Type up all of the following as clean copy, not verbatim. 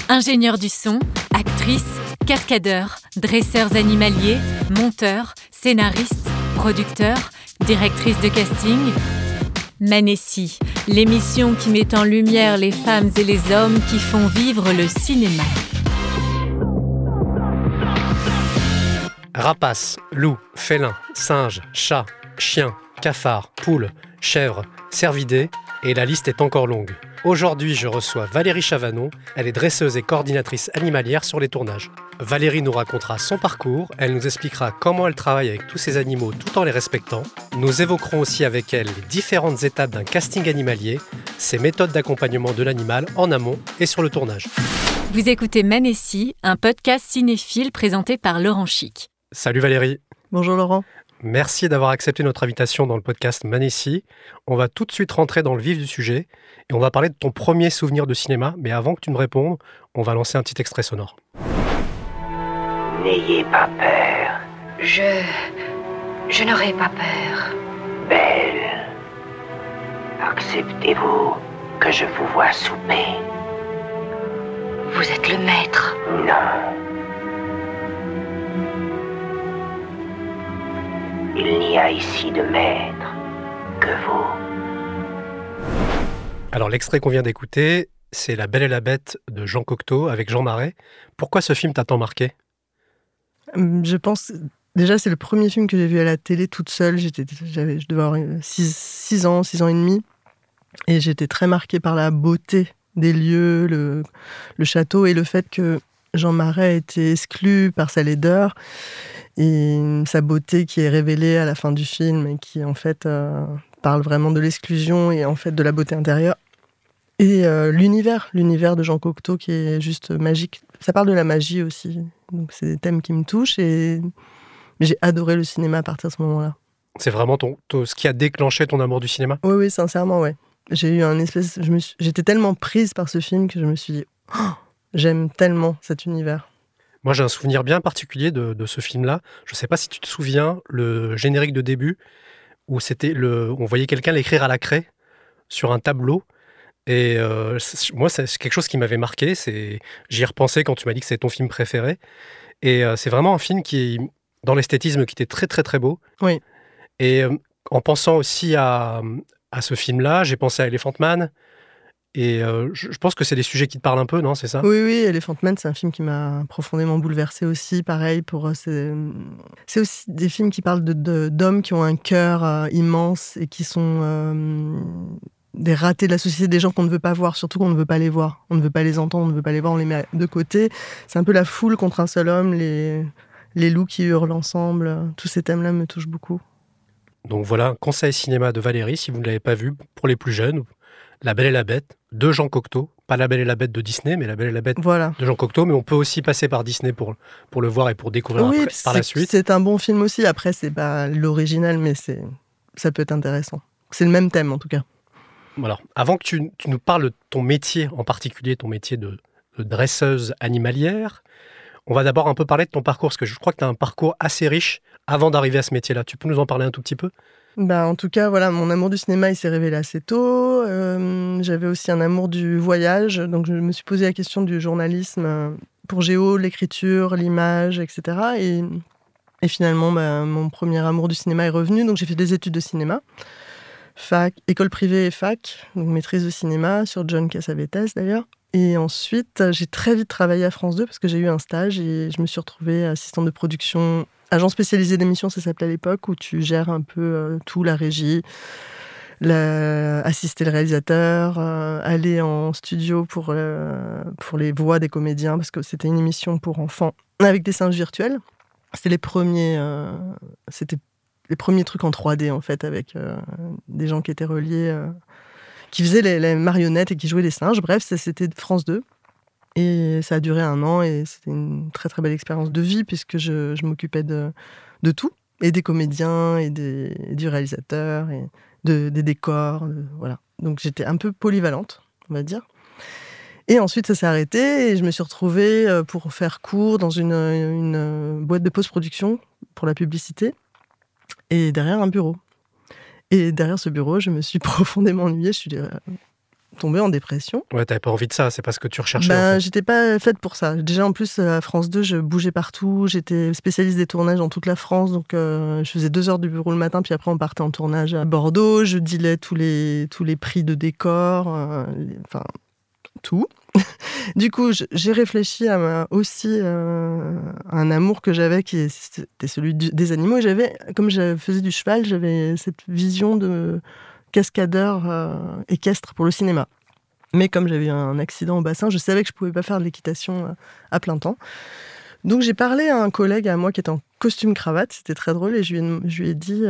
Ingénieurs du son, actrices, cascadeurs, dresseurs animaliers, monteurs, scénaristes, producteurs, directrices de casting. Manessi, l'émission qui met en lumière les femmes et les hommes qui font vivre le cinéma. Rapaces, loups, félins, singes, chats, chiens, cafards, poules, chèvres, cervidés, et la liste est encore longue. Aujourd'hui, je reçois Valérie Chavanon. Elle est dresseuse et coordinatrice animalière sur les tournages. Valérie nous racontera son parcours, elle nous expliquera comment elle travaille avec tous ces animaux tout en les respectant. Nous évoquerons aussi avec elle les différentes étapes d'un casting animalier, ses méthodes d'accompagnement de l'animal en amont et sur le tournage. Vous écoutez Manessi, un podcast cinéphile présenté par Laurent Chic. Salut Valérie. Bonjour Laurent. Merci d'avoir accepté notre invitation dans le podcast Manessi. On va tout de suite rentrer dans le vif du sujet et on va parler de ton premier souvenir de cinéma. Mais avant que tu me répondes, on va lancer un petit extrait sonore. N'ayez pas peur. Je n'aurai pas peur. Belle. Acceptez-vous que je vous vois souper? Vous êtes le maître. Non. Il n'y a ici de maître que vous. Alors l'extrait qu'on vient d'écouter, c'est La Belle et la Bête de Jean Cocteau avec Jean Marais. Pourquoi ce film t'a tant marqué ? Je pense, déjà c'est le premier film que j'ai vu à la télé toute seule. Je devais avoir 6 ans et demi. Et j'étais très marquée par la beauté des lieux, le château et le fait que Jean Marais était exclu par sa laideur. Et sa beauté qui est révélée à la fin du film et qui en fait parle vraiment de l'exclusion et en fait de la beauté intérieure. Et l'univers de Jean Cocteau qui est juste magique. Ça parle de la magie aussi, donc c'est des thèmes qui me touchent mais j'ai adoré le cinéma à partir de ce moment-là. C'est vraiment ce qui a déclenché ton amour du cinéma ? Oui, sincèrement, ouais. J'ai eu j'étais tellement prise par ce film que je me suis dit oh, j'aime tellement cet univers. Moi, j'ai un souvenir bien particulier de ce film-là. Je ne sais pas si tu te souviens, le générique de début, où on voyait quelqu'un l'écrire à la craie sur un tableau. Et moi, c'est quelque chose qui m'avait marqué. J'y ai repensé quand tu m'as dit que c'est ton film préféré. Et c'est vraiment un film qui, dans l'esthétisme, qui était très, très, très beau. Oui. Et en pensant aussi à ce film-là, j'ai pensé à Elephant Man. Et je pense que c'est des sujets qui te parlent un peu, non ? C'est ça ? Oui, Elephant Man, c'est un film qui m'a profondément bouleversée aussi. Pareil, c'est aussi des films qui parlent d'hommes qui ont un cœur immense et qui sont des ratés de la société, des gens qu'on ne veut pas voir, surtout qu'on ne veut pas les voir. On ne veut pas les entendre, on ne veut pas les voir, on les met de côté. C'est un peu la foule contre un seul homme, les loups qui hurlent ensemble. Tous ces thèmes-là me touchent beaucoup. Donc voilà, un conseil cinéma de Valérie, si vous ne l'avez pas vu, pour les plus jeunes. La Belle et la Bête, de Jean Cocteau. Pas La Belle et la Bête de Disney, mais La Belle et la Bête de Jean Cocteau. Mais on peut aussi passer par Disney pour le voir et pour découvrir par la suite. C'est un bon film aussi. Après, c'est pas l'original, mais ça peut être intéressant. C'est le même thème, en tout cas. Alors, avant que tu nous parles de ton métier, en particulier ton métier de dresseuse animalière, on va d'abord un peu parler de ton parcours, parce que je crois que tu as un parcours assez riche avant d'arriver à ce métier-là. Tu peux nous en parler un tout petit peu ? En tout cas, voilà, mon amour du cinéma, il s'est révélé assez tôt. J'avais aussi un amour du voyage, donc je me suis posé la question du journalisme pour Géo, l'écriture, l'image, etc. Et finalement, mon premier amour du cinéma est revenu, donc j'ai fait des études de cinéma, école privée et fac, donc maîtrise de cinéma sur John Cassavetes d'ailleurs. Et ensuite, j'ai très vite travaillé à France 2 parce que j'ai eu un stage et je me suis retrouvée assistante de production. Agent spécialisé d'émission, ça s'appelait à l'époque, où tu gères un peu tout, la régie, assister le réalisateur, aller en studio pour les voix des comédiens, parce que c'était une émission pour enfants avec des singes virtuels. C'était les premiers trucs en 3D, en fait, avec des gens qui étaient reliés, qui faisaient les marionnettes et qui jouaient les singes. Bref, c'était de France 2. Et ça a duré 1 an et c'était une très très belle expérience de vie puisque je m'occupais de tout, et des comédiens, et du réalisateur, et des décors, voilà. Donc j'étais un peu polyvalente, on va dire. Et ensuite ça s'est arrêté et je me suis retrouvée pour faire cours dans une boîte de post-production pour la publicité et derrière un bureau. Et derrière ce bureau, je me suis profondément ennuyée. Je suis dit, tombée en dépression. Ouais, t'avais pas envie de ça, c'est pas ce que tu recherchais. Ben, en fait. j'étais pas faite pour ça. Déjà, en plus, à France 2, je bougeais partout. J'étais spécialiste des tournages dans toute la France. Donc, je faisais 2 heures de bureau le matin, puis après, on partait en tournage à Bordeaux. Je dealais tous les prix de décor, enfin, tout. Du coup, j'ai réfléchi à un amour que j'avais, c'était celui des animaux. Et comme je faisais du cheval, j'avais cette vision de cascadeur équestre pour le cinéma. Mais comme j'avais eu un accident au bassin, je savais que je ne pouvais pas faire de l'équitation à plein temps. Donc j'ai parlé à un collègue à moi qui était en costume-cravate, c'était très drôle, et je lui ai dit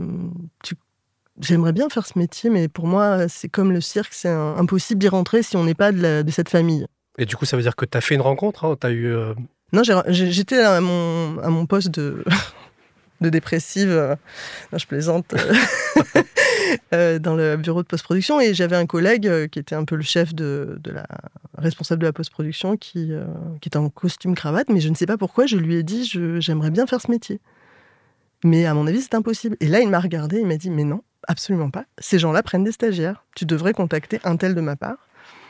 j'aimerais bien faire ce métier, mais pour moi, c'est comme le cirque, c'est impossible d'y rentrer si on n'est pas de cette famille. Et du coup, ça veut dire que t'as fait une rencontre, hein, t'as eu... Non, j'étais à mon poste de dépressive, non, je plaisante, dans le bureau de post-production, et j'avais un collègue qui était un peu le chef de la responsable de la post-production qui était en costume-cravate, mais je ne sais pas pourquoi, je lui ai dit j'aimerais bien faire ce métier. Mais à mon avis, c'est impossible. Et là, il m'a regardé, il m'a dit mais non, absolument pas. Ces gens-là prennent des stagiaires. Tu devrais contacter un tel de ma part.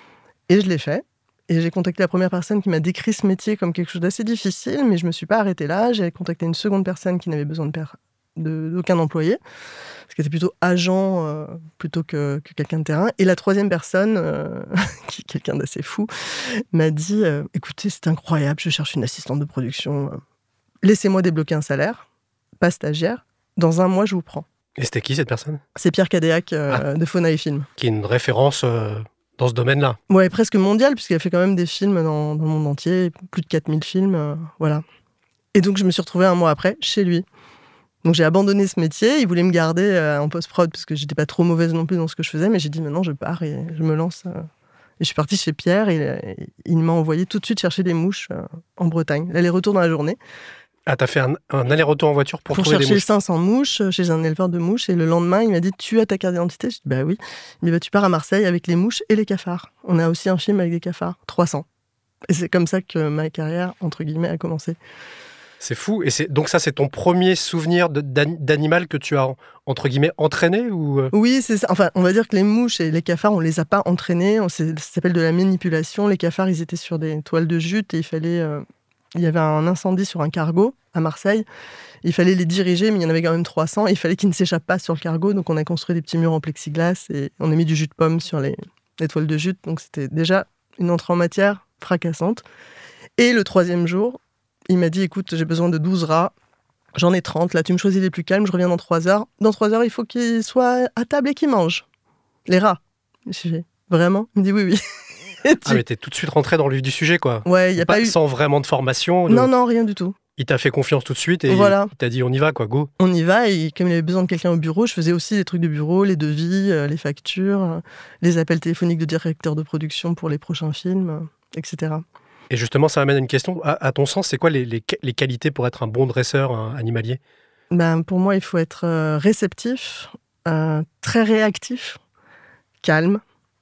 Et je l'ai fait. Et j'ai contacté la première personne qui m'a décrit ce métier comme quelque chose d'assez difficile, mais je ne me suis pas arrêtée là. J'ai contacté une seconde personne qui n'avait besoin d'aucun employé, parce qu'elle était plutôt agent plutôt que quelqu'un de terrain. Et la troisième personne, qui est quelqu'un d'assez fou, m'a dit écoutez, c'est incroyable, je cherche une assistante de production. Laissez-moi débloquer un salaire, pas stagiaire. Dans 1 mois, je vous prends. Et c'était qui cette personne ? C'est Pierre Cadéac de Fauna et Film. Qui est une référence dans ce domaine-là. Ouais, presque mondial, puisqu'il a fait quand même des films dans le monde entier, plus de 4000 films, voilà. Et donc, je me suis retrouvée 1 mois après, chez lui. Donc, j'ai abandonné ce métier, il voulait me garder en post-prod, parce que j'étais pas trop mauvaise non plus dans ce que je faisais, mais j'ai dit, maintenant, je pars et je me lance. Et je suis partie chez Pierre, et il m'a envoyé tout de suite chercher des mouches en Bretagne, l'aller-retour dans la journée. Ah, t'as fait un aller-retour en voiture pour trouver des mouches ? Pour chercher 500 mouches chez un éleveur de mouches. Et le lendemain, il m'a dit, tu as ta carte d'identité ? Je dis, bah oui. Il m'a dit, tu pars à Marseille avec les mouches et les cafards. On a aussi un film avec des cafards, 300. Et c'est comme ça que ma carrière, entre guillemets, a commencé. C'est fou. Et donc ça, c'est ton premier souvenir d'animal que tu as, entre guillemets, entraîné ou... Oui, c'est ça. Enfin, on va dire que les mouches et les cafards, on les a pas entraînés. Ça s'appelle de la manipulation. Les cafards, ils étaient sur des toiles de jute et il y avait un incendie sur un cargo à Marseille. Il fallait les diriger, mais il y en avait quand même 300. Et il fallait qu'ils ne s'échappent pas sur le cargo. Donc, on a construit des petits murs en plexiglas et on a mis du jus de pomme sur les toiles de jute. Donc, c'était déjà une entrée en matière fracassante. Et le 3e jour, il m'a dit, écoute, j'ai besoin de 12 rats. J'en ai 30. Là, tu me choisis les plus calmes. Je reviens dans 3 heures. Dans 3 heures, il faut qu'ils soient à table et qu'ils mangent. Les rats. J'ai fait, vraiment ? Il me dit, oui. Ah, mais t'es tout de suite rentré dans le vif du sujet, quoi. Ouais, il y a pas eu... Sans vraiment de formation. Non, rien du tout. Il t'a fait confiance tout de suite et voilà. Il t'a dit, on y va, quoi, go. On y va, et comme il avait besoin de quelqu'un au bureau, je faisais aussi des trucs de bureau, les devis, les factures, les appels téléphoniques de directeurs de production pour les prochains films, etc. Et justement, ça m'amène à une question. À ton sens, c'est quoi les qualités pour être un bon dresseur animalier ? Pour moi, il faut être réceptif, très réactif, calme,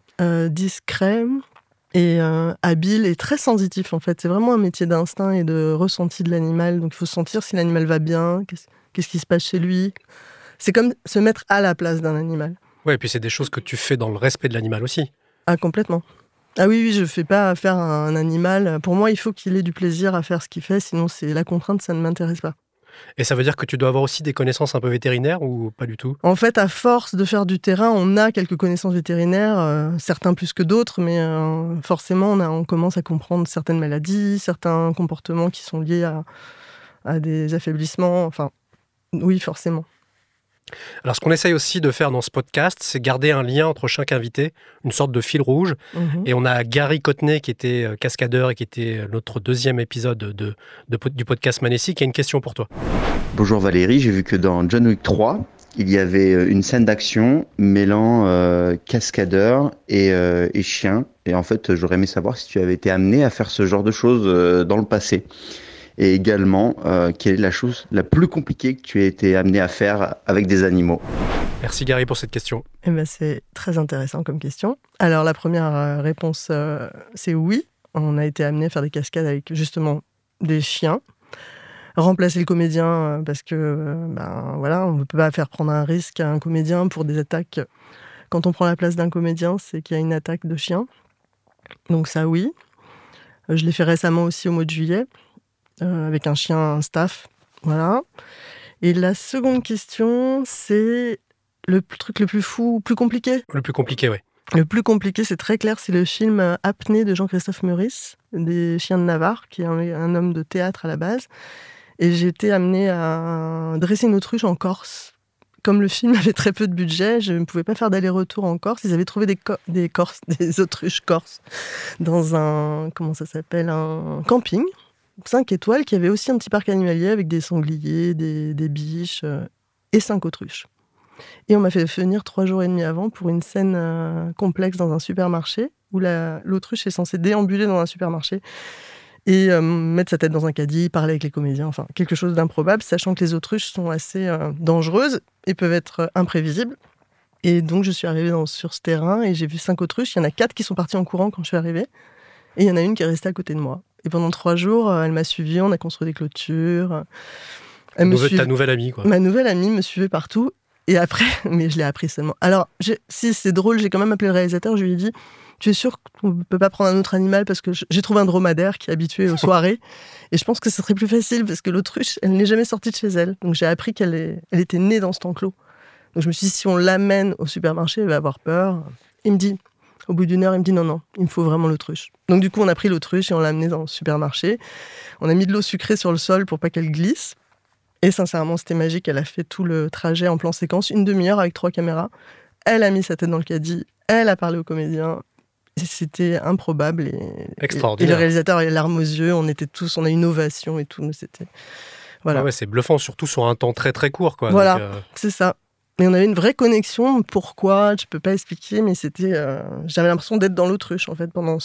discret et habile et très sensitif, en fait. C'est vraiment un métier d'instinct et de ressenti de l'animal. Donc, il faut sentir si l'animal va bien, qu'est-ce qui se passe chez lui. C'est comme se mettre à la place d'un animal. Ouais, et puis c'est des choses que tu fais dans le respect de l'animal aussi. Ah, complètement. Ah oui, je ne fais pas faire un animal. Pour moi, il faut qu'il ait du plaisir à faire ce qu'il fait, sinon c'est la contrainte, ça ne m'intéresse pas. Et ça veut dire que tu dois avoir aussi des connaissances un peu vétérinaires ou pas du tout ? En fait, à force de faire du terrain, on a quelques connaissances vétérinaires, certains plus que d'autres, mais forcément, on commence à comprendre certaines maladies, certains comportements qui sont liés à des affaiblissements. Enfin, oui, forcément. Alors, ce qu'on essaye aussi de faire dans ce podcast, c'est garder un lien entre chaque invité, une sorte de fil rouge. Et on a Gary Cottenay, qui était cascadeur et qui était notre 2e épisode du podcast Manessi, qui a une question pour toi. Bonjour Valérie, j'ai vu que dans John Wick 3, il y avait une scène d'action mêlant cascadeur et chien. Et en fait, j'aurais aimé savoir si tu avais été amené à faire ce genre de choses dans le passé. Et également, quelle est la chose la plus compliquée que tu as été amené à faire avec des animaux ? Merci Gary pour cette question. C'est très intéressant comme question. Alors la première réponse, c'est oui. On a été amené à faire des cascades avec justement des chiens. Remplacer le comédien parce que voilà, on ne peut pas faire prendre un risque à un comédien pour des attaques Quand on prend la place d'un comédien, c'est qu'il y a une attaque de chien. Donc ça, oui. Je l'ai fait récemment aussi au mois de juillet, avec un chien, un staff. Voilà. Et la seconde question, c'est le truc le plus fou, plus compliqué. Le plus compliqué, oui. Le plus compliqué, c'est très clair, c'est le film Apnée de Jean-Christophe Meurice, des chiens de Navarre, qui est un homme de théâtre à la base. Et j'ai été amenée à dresser une autruche en Corse. Comme le film avait très peu de budget, je ne pouvais pas faire d'aller-retour en Corse. Ils avaient trouvé des autruches corses dans un camping, 5 étoiles, qui avait aussi un petit parc animalier avec des sangliers, des biches et 5 autruches. Et on m'a fait venir 3 jours et demi avant pour une scène complexe dans un supermarché où l'autruche est censée déambuler dans un supermarché et mettre sa tête dans un caddie, parler avec les comédiens, enfin quelque chose d'improbable, sachant que les autruches sont assez dangereuses et peuvent être imprévisibles. Et donc je suis arrivée sur ce terrain et j'ai vu 5 autruches. Il y en a 4 qui sont partis en courant quand je suis arrivée et il y en a une qui est restée à côté de moi. Et pendant 3 jours, elle m'a suivie, on a construit des clôtures. Ta nouvelle amie, quoi. Ma nouvelle amie me suivait partout. Et après, mais je l'ai appris seulement. Alors, si c'est drôle, j'ai quand même appelé le réalisateur, je lui ai dit, tu es sûr qu'on ne peut pas prendre un autre animal parce que j'ai trouvé un dromadaire qui est habitué aux soirées et je pense que ce serait plus facile parce que l'autruche, elle n'est jamais sortie de chez elle. Donc j'ai appris qu'elle était née dans cet enclos. Donc je me suis dit, si on l'amène au supermarché, elle va avoir peur. Il me dit, au bout d'1 heure, il me dit non, il me faut vraiment l'autruche. Donc du coup, on a pris l'autruche et on l'a amenée dans le supermarché. On a mis de l'eau sucrée sur le sol pour pas qu'elle glisse. Et sincèrement, c'était magique. Elle a fait tout le trajet en plan séquence, 1 demi-heure avec 3 caméras. Elle a mis sa tête dans le caddie, elle a parlé aux comédiens. C'était improbable. Extraordinaire. Et le réalisateur a les larmes aux yeux. On a eu une ovation et tout. Mais c'était... Voilà. Ah ouais, c'est bluffant, surtout sur un temps très très court, quoi. Voilà, donc, c'est ça. Mais on avait une vraie connexion. Pourquoi ? Je peux pas expliquer, mais c'était... j'avais l'impression d'être dans l'autruche, en fait, pendant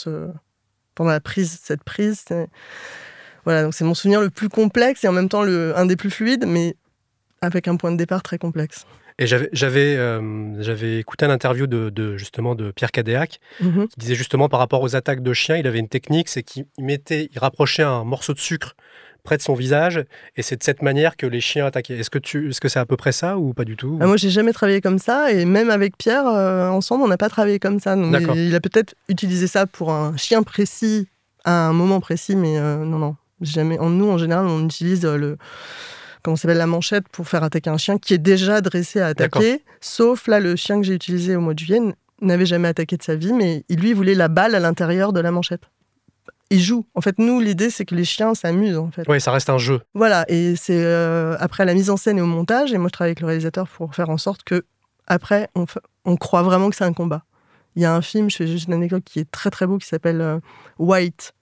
cette prise. Voilà, donc c'est mon souvenir le plus complexe et en même temps un des plus fluides, mais avec un point de départ très complexe. Et j'avais écouté une interview de Pierre Cadéac, qui disait justement par rapport aux attaques de chiens, il avait une technique, c'est qu'il rapprochait un morceau de sucre près de son visage, et c'est de cette manière que les chiens attaquaient. Est-ce que c'est à peu près ça ou pas du tout ? Moi, j'ai jamais travaillé comme ça, et même avec Pierre, ensemble, on n'a pas travaillé comme ça. Donc, il a peut-être utilisé ça pour un chien précis, à un moment précis, mais non. Jamais. Nous, en général, on utilise la manchette pour faire attaquer un chien qui est déjà dressé à attaquer. D'accord. Sauf là, le chien que j'ai utilisé au mois de juillet n'avait jamais attaqué de sa vie, mais lui, il voulait la balle à l'intérieur de la manchette. Il joue. En fait, nous, l'idée, c'est que les chiens s'amusent, en fait. Oui, ça reste un jeu. Voilà, et c'est après la mise en scène et au montage, et moi, je travaille avec le réalisateur pour faire en sorte que après, on croit vraiment que c'est un combat. Il y a un film, je fais juste une anecdote qui est très très beau, qui s'appelle White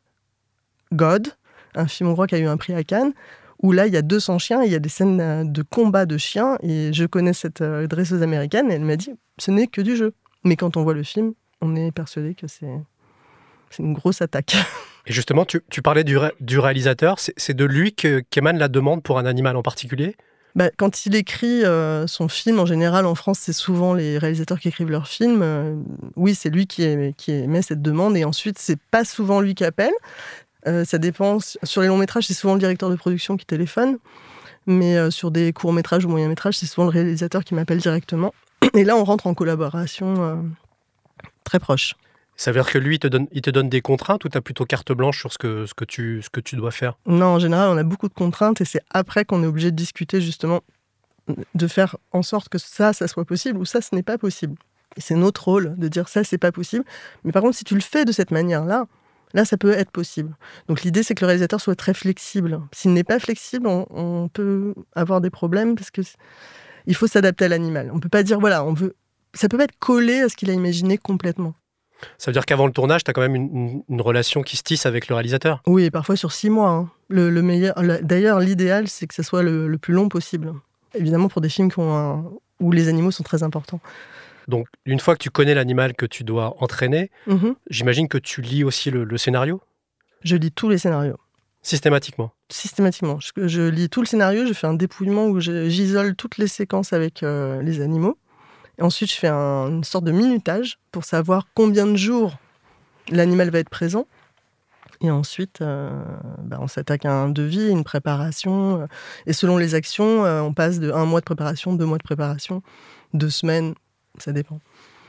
God, un film hongrois qui a eu un prix à Cannes, où là, il y a 200 chiens et il y a des scènes de combat de chiens. Et je connais cette dresseuse américaine et elle m'a dit, ce n'est que du jeu. Mais quand on voit le film, on est persuadé que c'est une grosse attaque. Et justement, tu parlais du réalisateur. C'est de lui qu'émane la demande pour un animal en particulier ? Quand il écrit son film, en général, en France, c'est souvent les réalisateurs qui écrivent leurs films. Oui, c'est lui qui émet cette demande. Et ensuite, c'est pas souvent lui qui appelle. Ça dépend. Sur les longs métrages, c'est souvent le directeur de production qui téléphone. Mais sur des courts métrages ou moyens métrages, c'est souvent le réalisateur qui m'appelle directement. Et là, on rentre en collaboration très proche. Ça veut dire que lui, il te donne des contraintes ou tu as plutôt carte blanche sur ce que tu dois faire ? Non, en général, on a beaucoup de contraintes et c'est après qu'on est obligé de discuter justement, de faire en sorte que ça soit possible ou ça, ce n'est pas possible. Et c'est notre rôle de dire ça, c'est pas possible. Mais par contre, si tu le fais de cette manière-là, là, ça peut être possible. Donc l'idée, c'est que le réalisateur soit très flexible. S'il n'est pas flexible, on peut avoir des problèmes parce que il faut s'adapter à l'animal. On peut pas dire, voilà, ça peut pas être collé à ce qu'il a imaginé complètement. Ça veut dire qu'avant le tournage, tu as quand même une relation qui se tisse avec le réalisateur ? Oui, et parfois sur 6 mois. Hein. Le meilleur, d'ailleurs, l'idéal, c'est que ça soit le plus long possible. Évidemment, pour des films où les animaux sont très importants. Donc, une fois que tu connais l'animal que tu dois entraîner, j'imagine que tu lis aussi le scénario ? Je lis tous les scénarios. Systématiquement ? Systématiquement. Je lis tout le scénario, je fais un dépouillement où j'isole toutes les séquences avec les animaux. Et ensuite, je fais une sorte de minutage pour savoir combien de jours l'animal va être présent. Et ensuite, on s'attaque à un devis, une préparation. Et selon les actions, on passe de 1 mois de préparation, 2 mois de préparation, 2 semaines, ça dépend.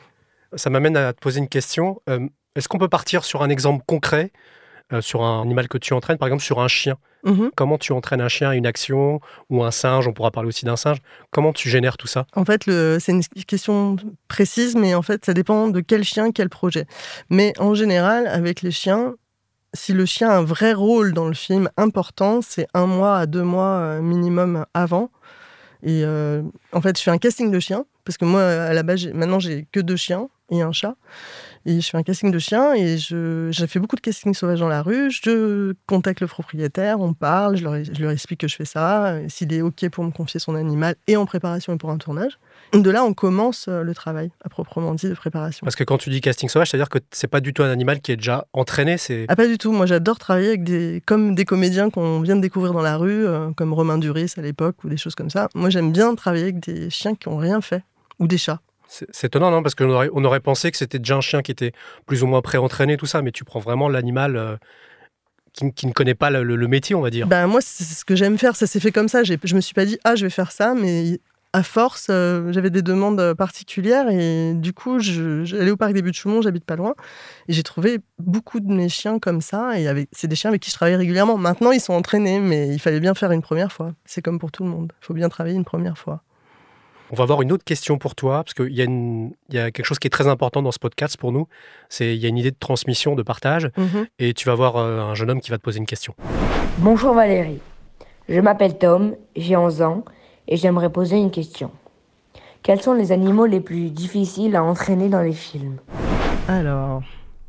Ça m'amène à te poser une question. Est-ce qu'on peut partir sur un exemple concret, sur un animal que tu entraînes, par exemple sur un chien? Comment tu entraînes un chien à une action, ou un singe, on pourra parler aussi d'un singe. Comment tu génères tout ça? En fait, c'est une question précise, mais en fait, ça dépend de quel chien, quel projet. Mais en général, avec les chiens, si le chien a un vrai rôle dans le film important, c'est 1 mois à 2 mois minimum avant. Et en fait, je fais un casting de chiens, parce que moi, à la base, maintenant, j'ai que 2 chiens et un chat. Et je fais un casting de chiens et j'ai fait beaucoup de castings sauvages dans la rue. Je contacte le propriétaire, on parle, je leur explique que je fais ça, s'il est OK pour me confier son animal et en préparation et pour un tournage. De là, on commence le travail, à proprement dit, de préparation. Parce que quand tu dis casting sauvage, c'est-à-dire que c'est pas du tout un animal qui est déjà entraîné, c'est... Ah, pas du tout. Moi, j'adore travailler avec comme des comédiens qu'on vient de découvrir dans la rue, comme Romain Duris à l'époque, ou des choses comme ça. Moi, j'aime bien travailler avec des chiens qui n'ont rien fait, ou des chats. C'est étonnant, non? Parce qu'on aurait pensé que c'était déjà un chien qui était plus ou moins pré-entraîné, tout ça, mais tu prends vraiment l'animal qui ne connaît pas le métier, on va dire. Moi, c'est ce que j'aime faire. Ça s'est fait comme ça. Je me suis pas dit, je vais faire ça, mais à force, j'avais des demandes particulières et du coup, j'allais au parc des Buttes-Chaumont, j'habite pas loin, et j'ai trouvé beaucoup de mes chiens comme ça, et c'est des chiens avec qui je travaille régulièrement. Maintenant, ils sont entraînés, mais il fallait bien faire une première fois. C'est comme pour tout le monde. Il faut bien travailler une première fois. On va avoir une autre question pour toi, parce qu'il y a quelque chose qui est très important dans ce podcast pour nous. Il y a une idée de transmission, de partage, et tu vas voir un jeune homme qui va te poser une question. Bonjour Valérie, je m'appelle Tom, j'ai 11 ans, et j'aimerais poser une question. Quels sont les animaux les plus difficiles à entraîner dans les films? Alors,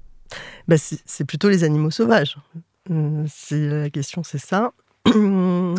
c'est plutôt les animaux sauvages. La question, c'est ça. Il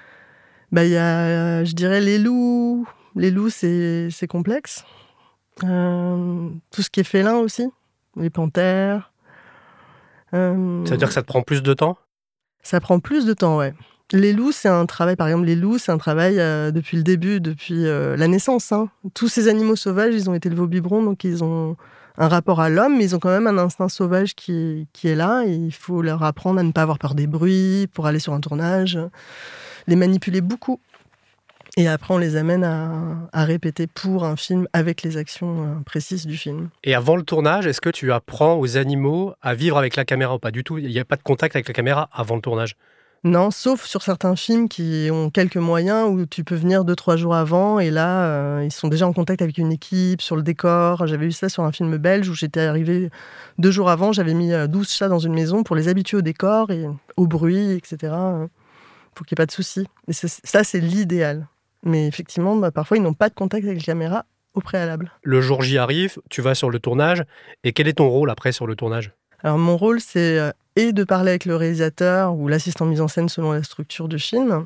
y a, je dirais, les loups. Les loups, c'est complexe. Tout ce qui est félin aussi. Les panthères. Ça veut dire que ça te prend plus de temps? Ça prend plus de temps, ouais. Les loups, c'est un travail, par exemple, depuis le début, depuis la naissance. Tous ces animaux sauvages, ils ont été élevés au biberon, donc ils ont un rapport à l'homme, mais ils ont quand même un instinct sauvage qui est là, et il faut leur apprendre à ne pas avoir peur des bruits, pour aller sur un tournage, les manipuler beaucoup. Et après, on les amène à répéter pour un film avec les actions précises du film. Et avant le tournage, est-ce que tu apprends aux animaux à vivre avec la caméra ou pas du tout? Il n'y a pas de contact avec la caméra avant le tournage? Non, sauf sur certains films qui ont quelques moyens où tu peux venir 2-3 jours avant et là, ils sont déjà en contact avec une équipe, sur le décor. J'avais eu ça sur un film belge où j'étais arrivée 2 jours avant, j'avais mis 12 chats dans une maison pour les habituer au décor et au bruit, etc. Pour qu'il n'y ait pas de soucis. Et ça, c'est l'idéal. Mais effectivement, parfois, ils n'ont pas de contact avec la caméra au préalable. Le jour J arrive, tu vas sur le tournage, et quel est ton rôle après sur le tournage? Alors, mon rôle, c'est de parler avec le réalisateur ou l'assistant de mise en scène selon la structure du film,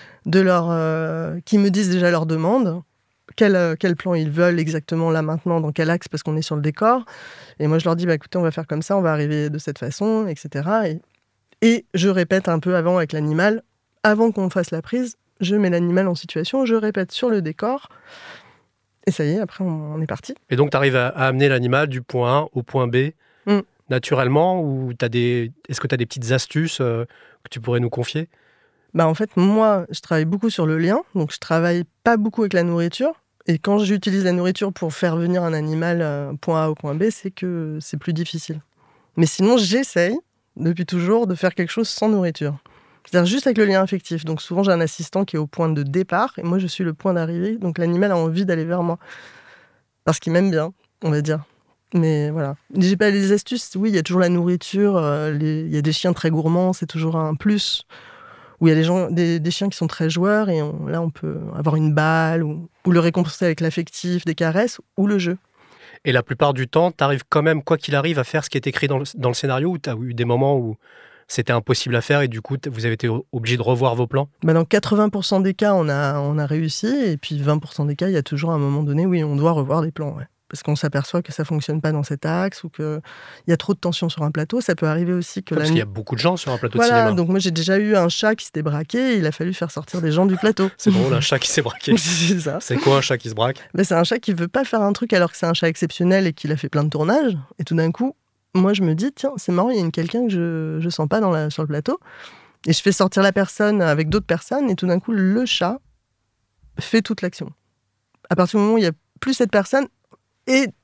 qui me disent déjà leurs demandes, quel plan ils veulent exactement là maintenant, dans quel axe, parce qu'on est sur le décor. Et moi, je leur dis, écoutez, on va faire comme ça, on va arriver de cette façon, etc. Et je répète un peu avant avec l'animal, avant qu'on fasse la prise. Je mets l'animal en situation, je répète sur le décor, et ça y est, après on est parti. Et donc tu arrives à amener l'animal du point A au point B naturellement, ou est-ce que tu as des petites astuces que tu pourrais nous confier? En fait, moi, je travaille beaucoup sur le lien, donc je travaille pas beaucoup avec la nourriture, et quand j'utilise la nourriture pour faire venir un animal point A au point B, c'est que c'est plus difficile. Mais sinon, j'essaye, depuis toujours, de faire quelque chose sans nourriture. C'est-à-dire juste avec le lien affectif. Donc souvent, j'ai un assistant qui est au point de départ et moi, je suis le point d'arrivée. Donc l'animal a envie d'aller vers moi. Parce qu'il m'aime bien, on va dire. Mais voilà. J'ai pas les astuces. Oui, il y a toujours la nourriture. Il y a des chiens très gourmands, c'est toujours un plus. Ou il y a des chiens qui sont très joueurs et là, on peut avoir une balle ou le récompenser avec l'affectif, des caresses ou le jeu. Et la plupart du temps, tu arrives quand même, quoi qu'il arrive, à faire ce qui est écrit dans le scénario, ou tu as eu des moments où c'était impossible à faire et du coup, vous avez été obligé de revoir vos plans? Dans 80% des cas, on a réussi. Et puis 20% des cas, il y a toujours un moment donné, oui, on doit revoir des plans. Ouais. Parce qu'on s'aperçoit que ça ne fonctionne pas dans cet axe ou qu'il y a trop de tension sur un plateau. Ça peut arriver aussi que... Parce qu'il y a beaucoup de gens sur un plateau de cinéma. Donc moi, j'ai déjà eu un chat qui s'était braqué et il a fallu faire sortir des gens du plateau. C'est drôle, un chat qui s'est braqué. C'est ça. C'est quoi un chat qui se braque? C'est un chat qui ne veut pas faire un truc alors que c'est un chat exceptionnel et qu'il a fait plein de tournages. Et tout d'un coup, moi, je me dis, tiens, c'est marrant, il y a quelqu'un que je sens pas sur le plateau. Et je fais sortir la personne avec d'autres personnes et tout d'un coup, le chat fait toute l'action. À partir du moment où il n'y a plus cette personne et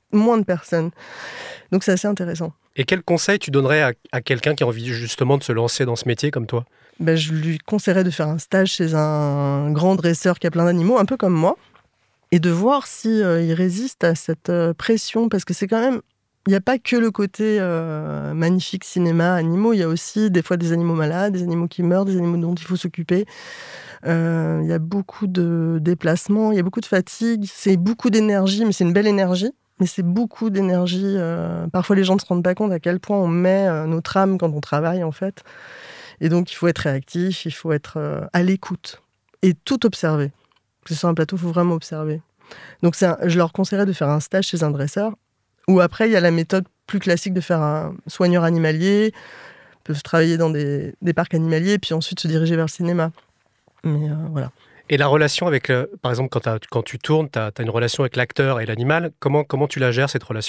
moins de personnes. Donc c'est assez intéressant. Et quel conseil tu donnerais à quelqu'un qui a envie justement de se lancer dans ce métier comme toi ? Je lui conseillerais de faire un stage chez un grand dresseur qui a plein d'animaux, un peu comme moi, et de voir si il résiste à cette pression, parce que c'est quand même... Il n'y a pas que le côté magnifique cinéma, animaux, il y a aussi des fois des animaux malades, des animaux qui meurent, des animaux dont il faut s'occuper. Il y a beaucoup de déplacements, il y a beaucoup de fatigue, c'est beaucoup d'énergie, mais c'est une belle énergie. Mais c'est beaucoup d'énergie. Parfois, les gens ne se rendent pas compte à quel point on met notre âme quand on travaille, en fait. Et donc, il faut être réactif, il faut être à l'écoute et tout observer. Parce que sur un plateau, il faut vraiment observer. Donc, je leur conseillerais de faire un stage chez un dresseur. Ou après, il y a la méthode plus classique de faire un soigneur animalier, peuvent travailler dans des parcs animaliers, puis ensuite se diriger vers le cinéma. Mais voilà. Et la relation avec, par exemple, quand tu tournes, tu as une relation avec l'acteur et l'animal. Comment tu la gères, cette relation ?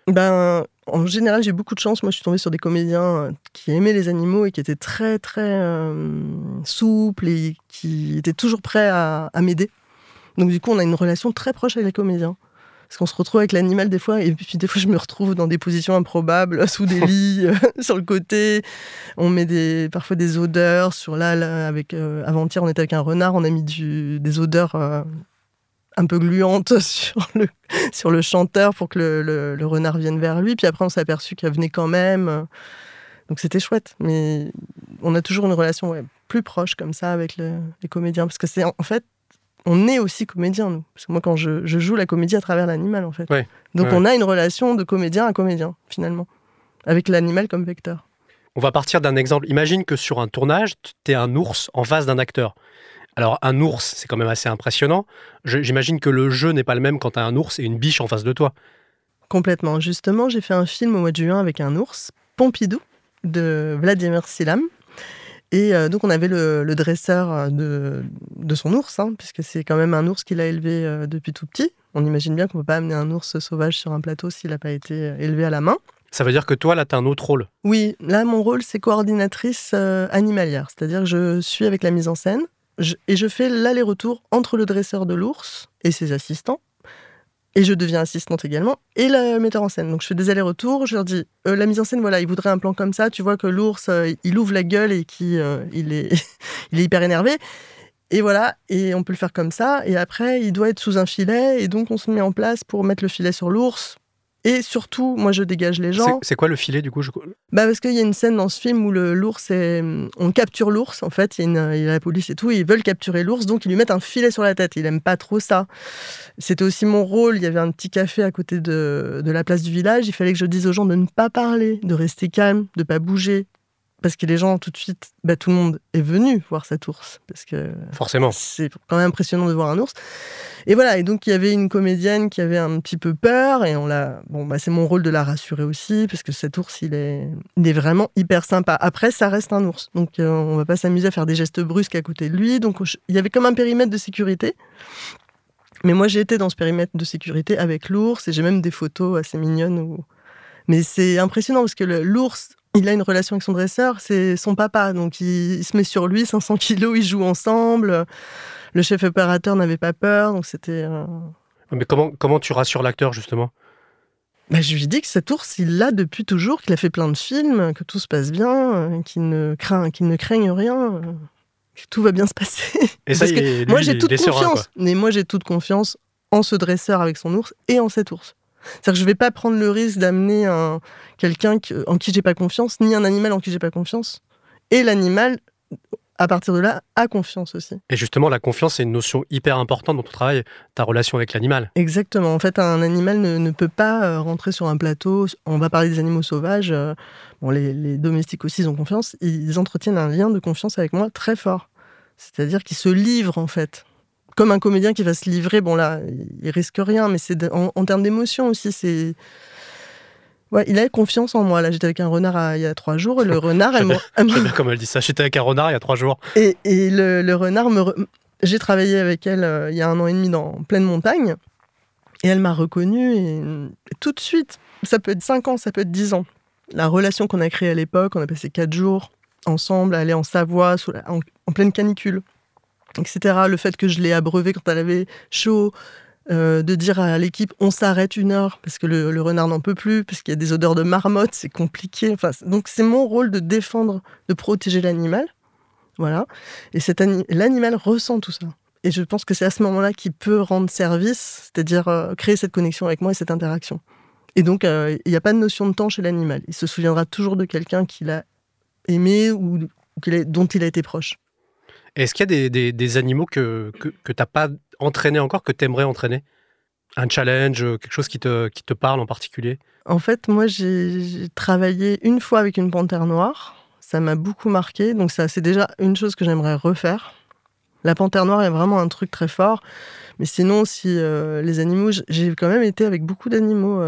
En général, j'ai beaucoup de chance. Moi, je suis tombée sur des comédiens qui aimaient les animaux et qui étaient très, très souples et qui étaient toujours prêts à m'aider. Donc, du coup, on a une relation très proche avec les comédiens. Parce qu'on se retrouve avec l'animal des fois, et puis des fois je me retrouve dans des positions improbables, sous des lits, sur le côté. On met parfois des odeurs. Avant-hier, on était avec un renard, on a mis des odeurs un peu gluantes sur le chanteur pour que le renard vienne vers lui. Puis après, on s'est aperçu qu'elle venait quand même. Donc c'était chouette. Mais on a toujours une relation plus proche comme ça avec les comédiens. Parce que c'est en fait... On est aussi comédien, nous. Parce que moi, quand je joue la comédie à travers l'animal, en fait. Ouais, donc, on a une relation de comédien à comédien, finalement, avec l'animal comme vecteur. On va partir d'un exemple. Imagine que sur un tournage, tu es un ours en face d'un acteur. Alors, un ours, c'est quand même assez impressionnant. J'imagine que le jeu n'est pas le même quand tu as un ours et une biche en face de toi. Complètement. Justement, j'ai fait un film au mois de juin avec un ours, Pompidou, de Vladimir Silam. Et donc, on avait le dresseur de son ours, puisque c'est quand même un ours qu'il a élevé depuis tout petit. On imagine bien qu'on ne peut pas amener un ours sauvage sur un plateau s'il n'a pas été élevé à la main. Ça veut dire que toi, là, tu as un autre rôle ? Oui, là, mon rôle, c'est coordinatrice animalière. C'est-à-dire que je suis avec la mise en scène et je fais l'aller-retour entre le dresseur de l'ours et ses assistants. Et je deviens assistante également, et le metteur en scène. Donc je fais des allers-retours, je leur dis, la mise en scène, voilà, il voudrait un plan comme ça, tu vois que l'ours, il ouvre la gueule et il est hyper énervé. Et voilà, et on peut le faire comme ça, et après, il doit être sous un filet, et donc on se met en place pour mettre le filet sur l'ours. Et surtout, moi, je dégage les gens. C'est quoi le filet, du coup ? Parce qu'il y a une scène dans ce film où l'ours on capture l'ours, en fait. Il y a la police et tout, ils veulent capturer l'ours, donc ils lui mettent un filet sur la tête. Il aime pas trop ça. C'était aussi mon rôle. Il y avait un petit café à côté de la place du village. Il fallait que je dise aux gens de ne pas parler, de rester calme, de pas bouger. Parce que les gens, tout de suite, tout le monde est venu voir cet ours. Parce que forcément, c'est quand même impressionnant de voir un ours. Et voilà, et donc il y avait une comédienne qui avait un petit peu peur, et c'est mon rôle de la rassurer aussi, parce que cet ours, il est vraiment hyper sympa. Après, ça reste un ours, donc on va pas s'amuser à faire des gestes brusques à côté de lui. Donc il y avait comme un périmètre de sécurité. Mais moi, j'ai été dans ce périmètre de sécurité avec l'ours, et j'ai même des photos assez mignonnes. Mais c'est impressionnant, parce que l'ours... Il a une relation avec son dresseur, c'est son papa, donc il se met sur lui, 500 kilos, ils jouent ensemble. Le chef opérateur n'avait pas peur, donc c'était... Mais comment tu rassures l'acteur, justement ? Je lui dis que cet ours, il l'a depuis toujours, qu'il a fait plein de films, que tout se passe bien, qu'il ne craigne rien, que tout va bien se passer. Et ça, moi, j'ai toute confiance. Mais moi, j'ai toute confiance en ce dresseur avec son ours et en cet ours. C'est-à-dire que je ne vais pas prendre le risque d'amener quelqu'un en qui j'ai pas confiance, ni un animal en qui j'ai pas confiance. Et l'animal, à partir de là, a confiance aussi. Et justement, la confiance, c'est une notion hyper importante dans ton travail, ta relation avec l'animal. Exactement. En fait, un animal ne peut pas rentrer sur un plateau. On va parler des animaux sauvages. Les domestiques aussi, ils ont confiance. Ils entretiennent un lien de confiance avec moi très fort. C'est-à-dire qu'ils se livrent, en fait. Comme un comédien qui va se livrer, il risque rien, mais c'est en termes d'émotion aussi, c'est... Ouais, il a confiance en moi. Là, j'étais avec un renard il y a 3 jours, et le renard... J'aime comme elle dit ça, j'étais avec un renard il y a 3 jours. Et le renard, j'ai travaillé avec elle il y a 1 an et demi en pleine montagne, et elle m'a reconnue, et tout de suite, ça peut être 5 ans, ça peut être 10 ans. La relation qu'on a créée à l'époque, on a passé 4 jours ensemble, à aller en Savoie, en pleine canicule, etc. Le fait que je l'ai abreuvée quand elle avait chaud, de dire à l'équipe on s'arrête 1 heure parce que le renard n'en peut plus, parce qu'il y a des odeurs de marmotte, c'est compliqué. Enfin, donc c'est mon rôle de défendre, de protéger l'animal. Voilà. Et l'animal ressent tout ça. Et je pense que c'est à ce moment-là qu'il peut rendre service, c'est-à-dire créer cette connexion avec moi et cette interaction. Et donc, il n'y a pas de notion de temps chez l'animal. Il se souviendra toujours de quelqu'un qu'il a aimé ou dont il a été proche. Est-ce qu'il y a des animaux que tu n'as pas entraîné encore, que tu aimerais entraîner ? Un challenge, quelque chose qui te parle en particulier ? En fait, moi, j'ai travaillé une fois avec une panthère noire. Ça m'a beaucoup marqué. Donc ça, c'est déjà une chose que j'aimerais refaire. La panthère noire est vraiment un truc très fort. Mais sinon, si les animaux... J'ai quand même été avec beaucoup d'animaux.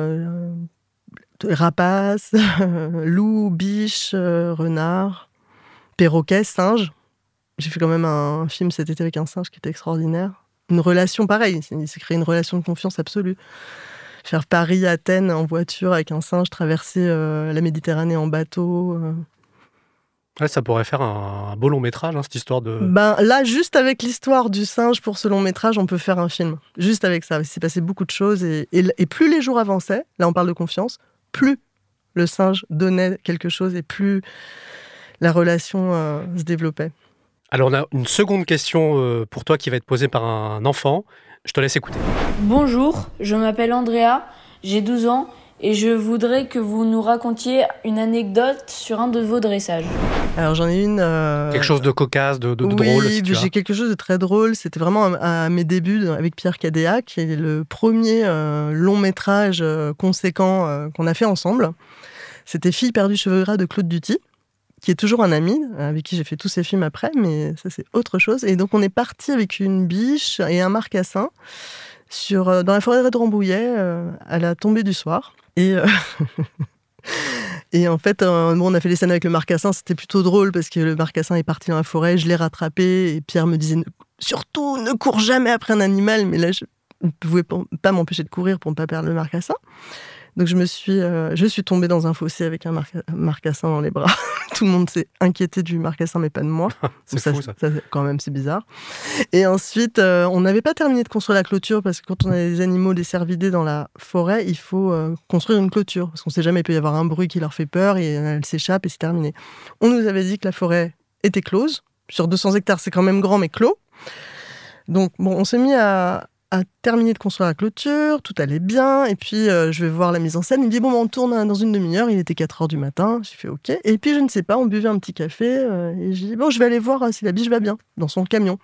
Rapaces, loups, biches, renards, perroquets, singes. J'ai fait quand même un film cet été avec un singe qui était extraordinaire. Une relation pareille, il s'est créé une relation de confiance absolue. Faire Paris-Athènes en voiture avec un singe, traverser la Méditerranée en bateau. Ouais, ça pourrait faire un beau long métrage, cette histoire de... Là, juste avec l'histoire du singe pour ce long métrage, on peut faire un film. Juste avec ça. Il s'est passé beaucoup de choses. Et plus les jours avançaient, là on parle de confiance, plus le singe donnait quelque chose et plus la relation se développait. Alors, on a une seconde question pour toi qui va être posée par un enfant. Je te laisse écouter. Bonjour, je m'appelle Andrea, j'ai 12 ans et je voudrais que vous nous racontiez une anecdote sur un de vos dressages. Alors, j'en ai une... Quelque chose de cocasse, de drôle, si tu Oui, j'ai quelque chose de très drôle. C'était vraiment à mes débuts avec Pierre Cadéac, qui est le premier long métrage conséquent qu'on a fait ensemble. C'était Fille perdue cheveux gras de Claude Duty, qui est toujours un ami, avec qui j'ai fait tous ces films après, mais ça, c'est autre chose. Et donc, on est parti avec une biche et un marcassin dans la forêt de Rambouillet, à la tombée du soir. Et en fait, on a fait les scènes avec le marcassin, c'était plutôt drôle, parce que le marcassin est parti dans la forêt, je l'ai rattrapé, et Pierre me disait « Surtout, ne cours jamais après un animal !» Mais là, je ne pouvais pas m'empêcher de courir pour ne pas perdre le marcassin. Donc je suis tombée dans un fossé avec un marcassin dans les bras. Tout le monde s'est inquiété du marcassin, mais pas de moi. C'est fou, ça. Quand même, c'est bizarre. Et ensuite, on n'avait pas terminé de construire la clôture, parce que quand on a des animaux, des cervidés dans la forêt, il faut construire une clôture. Parce qu'on ne sait jamais, il peut y avoir un bruit qui leur fait peur, et elle s'échappe, et c'est terminé. On nous avait dit que la forêt était close. Sur 200 hectares, c'est quand même grand, mais clos. Donc, bon, on s'est mis à terminer de construire la clôture, tout allait bien, et puis je vais voir la mise en scène, il me dit « Bon, on tourne dans une demi-heure », il était 4h du matin, j'ai fait « Ok », et puis je ne sais pas, on buvait un petit café, et j'ai dit « Bon, je vais aller voir si la biche va bien », dans son camion.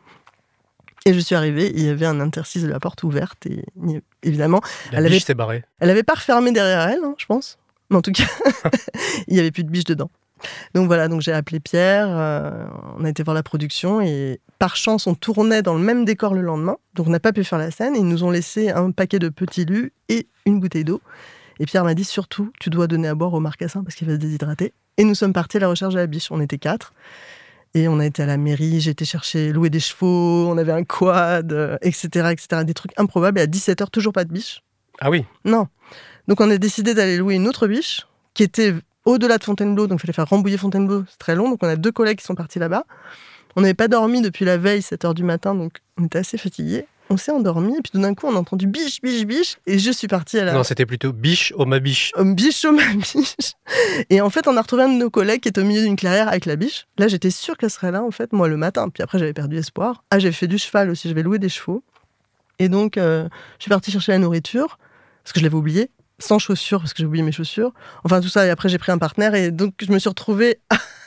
Et je suis arrivée, il y avait un interstice de la porte ouverte, et évidemment... La biche s'est barrée. Elle n'avait pas refermé derrière elle, je pense, mais en tout cas, il n'y avait plus de biche dedans. Donc voilà, donc j'ai appelé Pierre, on a été voir la production et par chance on tournait dans le même décor le lendemain, donc on n'a pas pu faire la scène et ils nous ont laissé un paquet de petits lus et une bouteille d'eau. Et Pierre m'a dit surtout tu dois donner à boire au marcassin parce qu'il va se déshydrater. Et nous sommes partis à la recherche de la biche, on était 4 et on a été à la mairie, j'ai été louer des chevaux, on avait un quad, etc., des trucs improbables et à 17h toujours pas de biche. Ah oui. Non. Donc on a décidé d'aller louer une autre biche qui était au-delà de Fontainebleau, donc il fallait faire Rambouillet Fontainebleau, c'est très long, donc on a 2 collègues qui sont partis là-bas. On n'avait pas dormi depuis la veille, 7h du matin, donc on était assez fatigués. On s'est endormi, et puis tout d'un coup, on a entendu biche, biche, biche, et je suis partie à la... Non, c'était plutôt biche au ma biche. Biche au ma biche. Et en fait, on a retrouvé un de nos collègues qui était au milieu d'une clairière avec la biche. Là, j'étais sûre qu'elle serait là, en fait, moi, le matin. Puis après, j'avais perdu espoir. Ah, j'avais fait du cheval aussi, j'avais loué des chevaux. Et donc, je suis partie chercher la nourriture, parce que je l'avais oubliée. Sans chaussures, parce que j'ai oublié mes chaussures. Enfin, tout ça, et après, j'ai pris un partenaire, et donc, je me suis retrouvée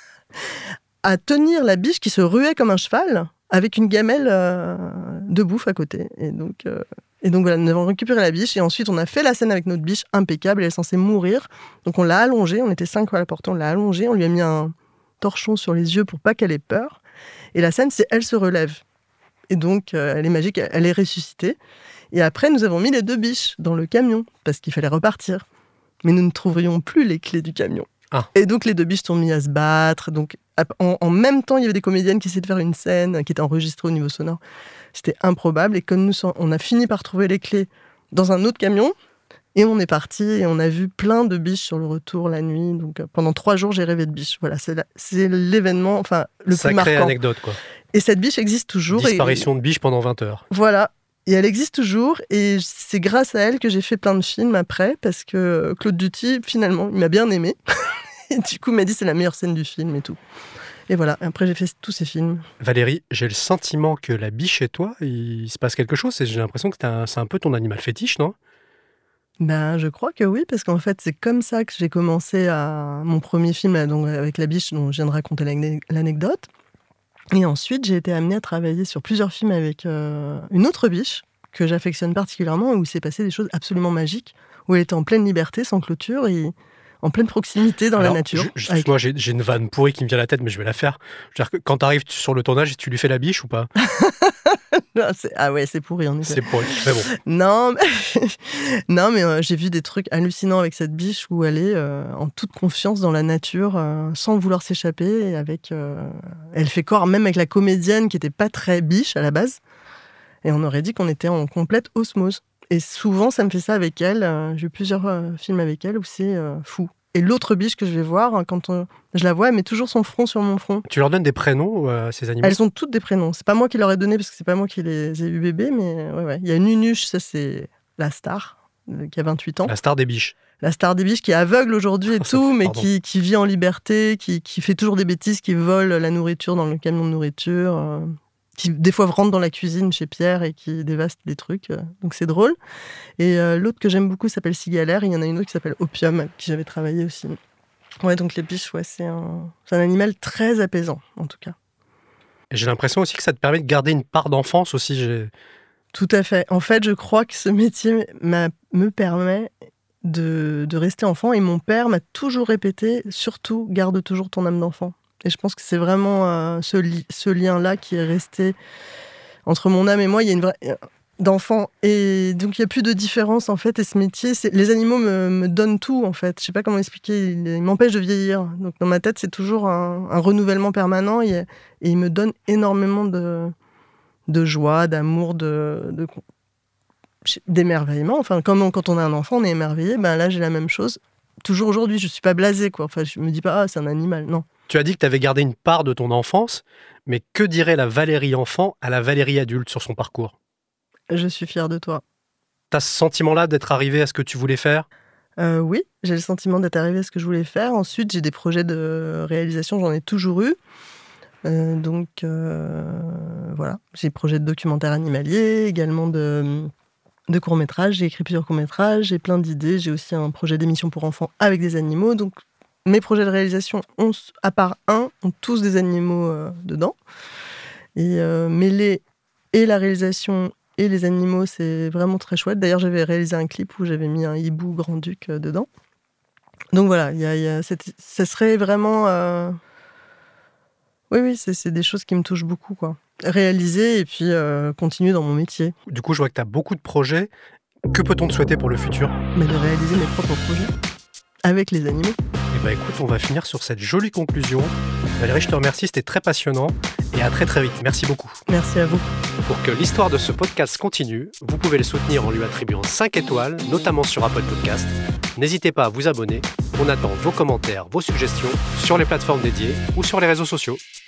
à tenir la biche qui se ruait comme un cheval, avec une gamelle de bouffe à côté. Et donc voilà, nous avons récupéré la biche, et ensuite, on a fait la scène avec notre biche, impeccable, elle est censée mourir. Donc, on l'a allongée, on était 5 à la portée, on l'a allongée, on lui a mis un torchon sur les yeux pour pas qu'elle ait peur. Et la scène, c'est elle se relève. Et donc, elle est magique, elle est ressuscitée. Et après, nous avons mis les 2 biches dans le camion, parce qu'il fallait repartir. Mais nous ne trouverions plus les clés du camion. Ah. Et donc, les 2 biches sont mises à se battre. Donc, en même temps, il y avait des comédiennes qui essayaient de faire une scène qui était enregistrée au niveau sonore. C'était improbable. Et comme on a fini par trouver les clés dans un autre camion, et on est parti, et on a vu plein de biches sur le retour la nuit. Donc, pendant 3 jours, j'ai rêvé de biches. Voilà, c'est l'événement, le plus marquant. Sacrée anecdote, quoi. Et cette biche existe toujours. Disparition de biche pendant 20 heures. Voilà. Et elle existe toujours, et c'est grâce à elle que j'ai fait plein de films après, parce que Claude Duty, finalement, il m'a bien aimé. Et du coup, il m'a dit c'est la meilleure scène du film et tout. Et voilà, après j'ai fait tous ces films. Valérie, j'ai le sentiment que la biche chez toi, il se passe quelque chose. J'ai l'impression que c'est un peu ton animal fétiche, non ? Ben, je crois que oui, parce qu'en fait, c'est comme ça que j'ai commencé mon premier film là, donc, avec la biche, dont je viens de raconter l'anecdote. Et ensuite, j'ai été amenée à travailler sur plusieurs films avec une autre biche que j'affectionne particulièrement, où il s'est passé des choses absolument magiques, où elle était en pleine liberté, sans clôture, et en pleine proximité dans la nature. Moi, j'ai une vanne pourrie qui me vient à la tête, mais je vais la faire. Je veux dire que quand tu arrives sur le tournage, tu lui fais la biche ou pas ? Ah ouais, c'est pourri en effet. C'est pourri, mais bon. Non, mais j'ai vu des trucs hallucinants avec cette biche où elle est en toute confiance dans la nature, sans vouloir s'échapper. Et elle fait corps même avec la comédienne qui n'était pas très biche à la base. Et on aurait dit qu'on était en complète osmose. Et souvent, ça me fait ça avec elle. J'ai eu plusieurs films avec elle où c'est fou. Et l'autre biche que je vais voir, quand je la vois, elle met toujours son front sur mon front. Tu leur donnes des prénoms à ces animaux ? Elles ont toutes des prénoms. C'est pas moi qui leur ai donné parce que c'est pas moi qui les ai eu bébés, mais ouais. Il y a Nunuche, ça c'est la star, qui a 28 ans. La star des biches. La star des biches qui est aveugle aujourd'hui et tout, mais qui vit en liberté, qui fait toujours des bêtises, qui vole la nourriture dans le camion de nourriture, qui des fois rentre dans la cuisine chez Pierre et qui dévaste des trucs. Donc c'est drôle. Et l'autre que j'aime beaucoup s'appelle Cigalaire. Il y en a une autre qui s'appelle Opium, avec qui j'avais travaillé aussi. Ouais, donc les biches, ouais, c'est un animal très apaisant, en tout cas. Et j'ai l'impression aussi que ça te permet de garder une part d'enfance aussi. Tout à fait. En fait, je crois que ce métier me permet de rester enfant. Et mon père m'a toujours répété, surtout, garde toujours ton âme d'enfant. Et je pense que c'est vraiment ce lien-là qui est resté entre mon âme et moi. Il y a une vraie d'enfant. Et donc, il n'y a plus de différence, en fait. Et ce métier, les animaux me donnent tout, en fait. Je ne sais pas comment expliquer. Ils m'empêchent de vieillir. Donc, dans ma tête, c'est toujours un renouvellement permanent. Et ils me donnent énormément de joie, d'amour, d'émerveillement. Enfin, quand on a un enfant, on est émerveillé. Ben là, j'ai la même chose. Toujours aujourd'hui, je ne suis pas blasée, quoi. Enfin, je ne me dis pas, c'est un animal. Non. Tu as dit que tu avais gardé une part de ton enfance, mais que dirait la Valérie enfant à la Valérie adulte sur son parcours ? Je suis fière de toi. Tu as ce sentiment-là d'être arrivée à ce que tu voulais faire ? Oui, j'ai le sentiment d'être arrivée à ce que je voulais faire. Ensuite, j'ai des projets de réalisation, j'en ai toujours eu. Donc, voilà. J'ai des projets de documentaire animalier, également de courts-métrages. J'ai écrit plusieurs courts-métrages, j'ai plein d'idées. J'ai aussi un projet d'émission pour enfants avec des animaux. Donc, mes projets de réalisation, à part un, ont tous des animaux dedans. Et mêler et la réalisation et les animaux, c'est vraiment très chouette. D'ailleurs, j'avais réalisé un clip où j'avais mis un hibou grand-duc dedans. Donc voilà, ça serait vraiment... Oui, c'est des choses qui me touchent beaucoup, quoi. Réaliser et puis continuer dans mon métier. Du coup, je vois que tu as beaucoup de projets. Que peut-on te souhaiter pour le futur ? Mais de réaliser mes propres projets avec les animaux. Eh bien, écoute, on va finir sur cette jolie conclusion. Valérie, je te remercie, c'était très passionnant. Et à très très vite. Merci beaucoup. Merci à vous. Pour que l'histoire de ce podcast continue, vous pouvez le soutenir en lui attribuant 5 étoiles, notamment sur Apple Podcast. N'hésitez pas à vous abonner. On attend vos commentaires, vos suggestions sur les plateformes dédiées ou sur les réseaux sociaux.